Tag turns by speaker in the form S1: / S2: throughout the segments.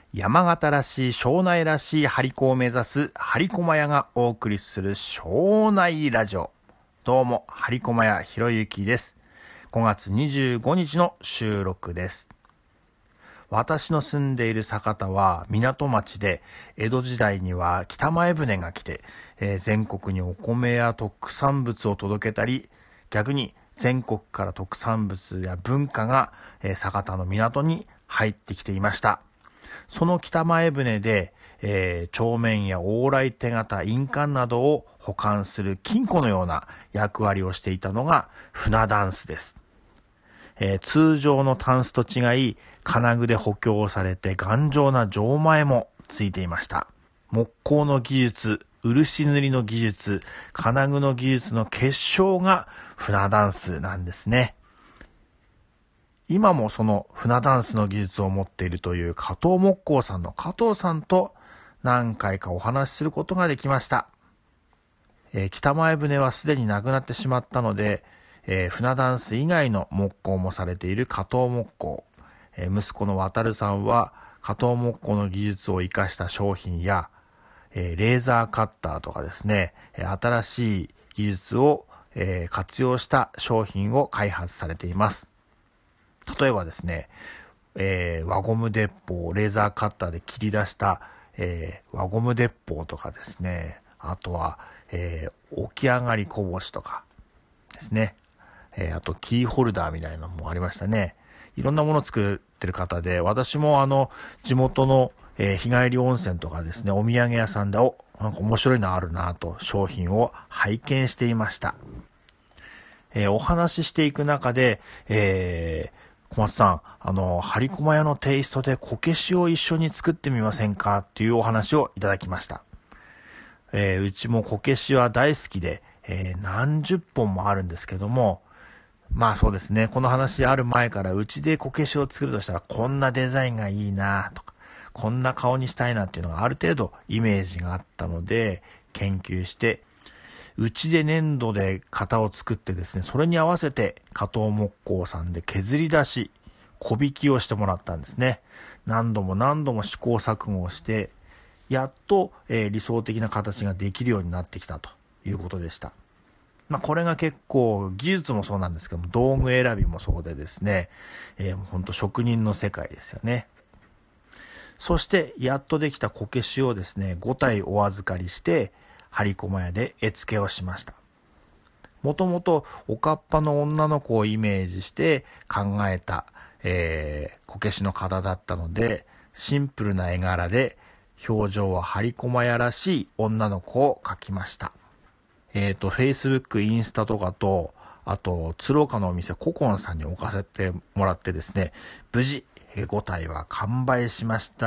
S1: 山形らしい庄内らしい張り子を目指す張り駒屋がお送りする庄内ラジオ。どうも張り駒屋ひろゆきです。5月25日の収録です。私の住んでいる酒田は港町で、江戸時代には北前船が来て、全国にお米や特産物を届けたり、逆に全国から特産物や文化が、酒田の港に入ってきていました。その北前船で、帳面や往来手形、印鑑などを保管する金庫のような役割をしていたのが船ダンスです。通常のタンスと違い、金具で補強されて頑丈な錠前もついていました。木工の技術、漆塗りの技術、金具の技術の結晶が船ダンスなんですね。今もその船ダンスの技術を持っているという加藤木工さんの加藤さんと何回かお話しすることができました。北前船はすでになくなってしまったので、船ダンス以外の木工もされている加藤木工、息子の渡さんは加藤木工の技術を生かした商品や、レーザーカッターとかですね、新しい技術を、活用した商品を開発されています。例えばですね、輪ゴム鉄砲をレーザーカッターで切り出した、輪ゴム鉄砲とかですね、あとは、起き上がりこぼしとかですね、あとキーホルダーみたいなのもありましたね。いろんなものを作ってる方で、私も地元の、日帰り温泉とかですね、お土産屋さんで、なんか面白いのあるなと商品を拝見していました。お話ししていく中で、小松さん、張り駒屋のテイストでこけしを一緒に作ってみませんかっていうお話をいただきました。うちもこけしは大好きで、何十本もあるんですけども、まあそうですね、この話ある前からうちでこけしを作るとしたらこんなデザインがいいなとか、こんな顔にしたいなっていうのがある程度イメージがあったので研究して、うちで粘土で型を作ってですね、それに合わせて加藤木工さんで削り出し、小引きをしてもらったんですね。何度も試行錯誤をして、やっと、理想的な形ができるようになってきたということでした。まあこれが結構技術もそうなんですけども、道具選びもそうでですね、本当職人の世界ですよね。そしてやっとできたこけしをですね、5体お預かりして、張り駒屋で絵付けをしました。もともとおかっぱの女の子をイメージして考えた、こけしの型だったので、シンプルな絵柄で表情は張り駒屋らしい女の子を描きました。Facebook、インスタとかと、あと鶴岡のお店ココンさんに置かせてもらってですね、無事5体は完売しました。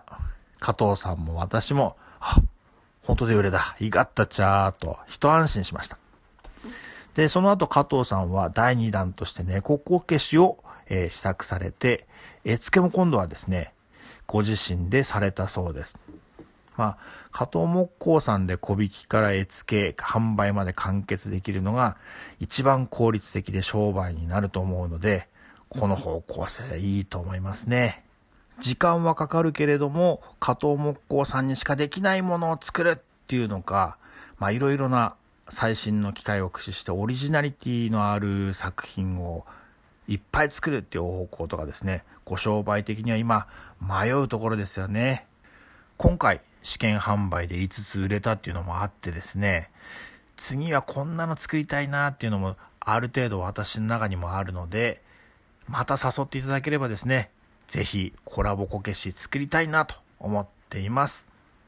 S1: 加藤さんも私も本当で売れだ、いがったちゃーと一安心しました。で、その後加藤さんは第2弾として猫こけしを、試作されて、絵付けも今度はですね、ご自身でされたそうです。まあ、加藤木工さんで小引きから絵付け、販売まで完結できるのが一番効率的で商売になると思うので、この方向性いいと思いますね。時間はかかるけれども、加藤木工さんにしかできないものを作るっていうのか、まあいろいろな最新の機械を駆使してオリジナリティのある作品をいっぱい作るっていう方向とかですね、ご商売的には今迷うところですよね。今回試験販売で5つ売れたっていうのもあってですね、次はこんなの作りたいなっていうのもある程度私の中にもあるので、また誘っていただければですね、ぜひコラボこけし作りたいなと思っています。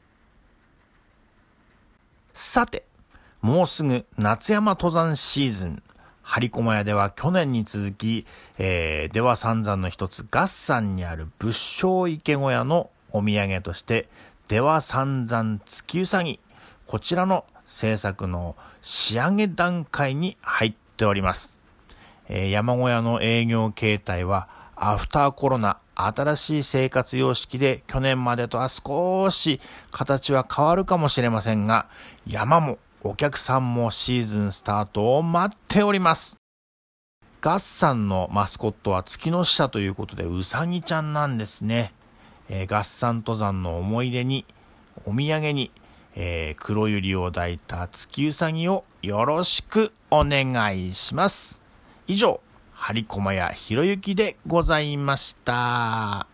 S1: さて、もうすぐ夏山登山シーズン。張り駒屋では去年に続き、出羽三山の一つ月山にある仏生池小屋のお土産として出羽三山月うさぎ、こちらの制作の仕上げ段階に入っております。山小屋の営業形態はアフターコロナ、新しい生活様式で去年までとは少し形は変わるかもしれませんが、山もお客さんもシーズンスタートを待っております。月山のマスコットは月の使者ということでうさぎちゃんなんですね。 合山登山の思い出に、お土産に、黒百合を抱いた月うさぎをよろしくお願いします。以上、張駒屋ひろゆきでございました。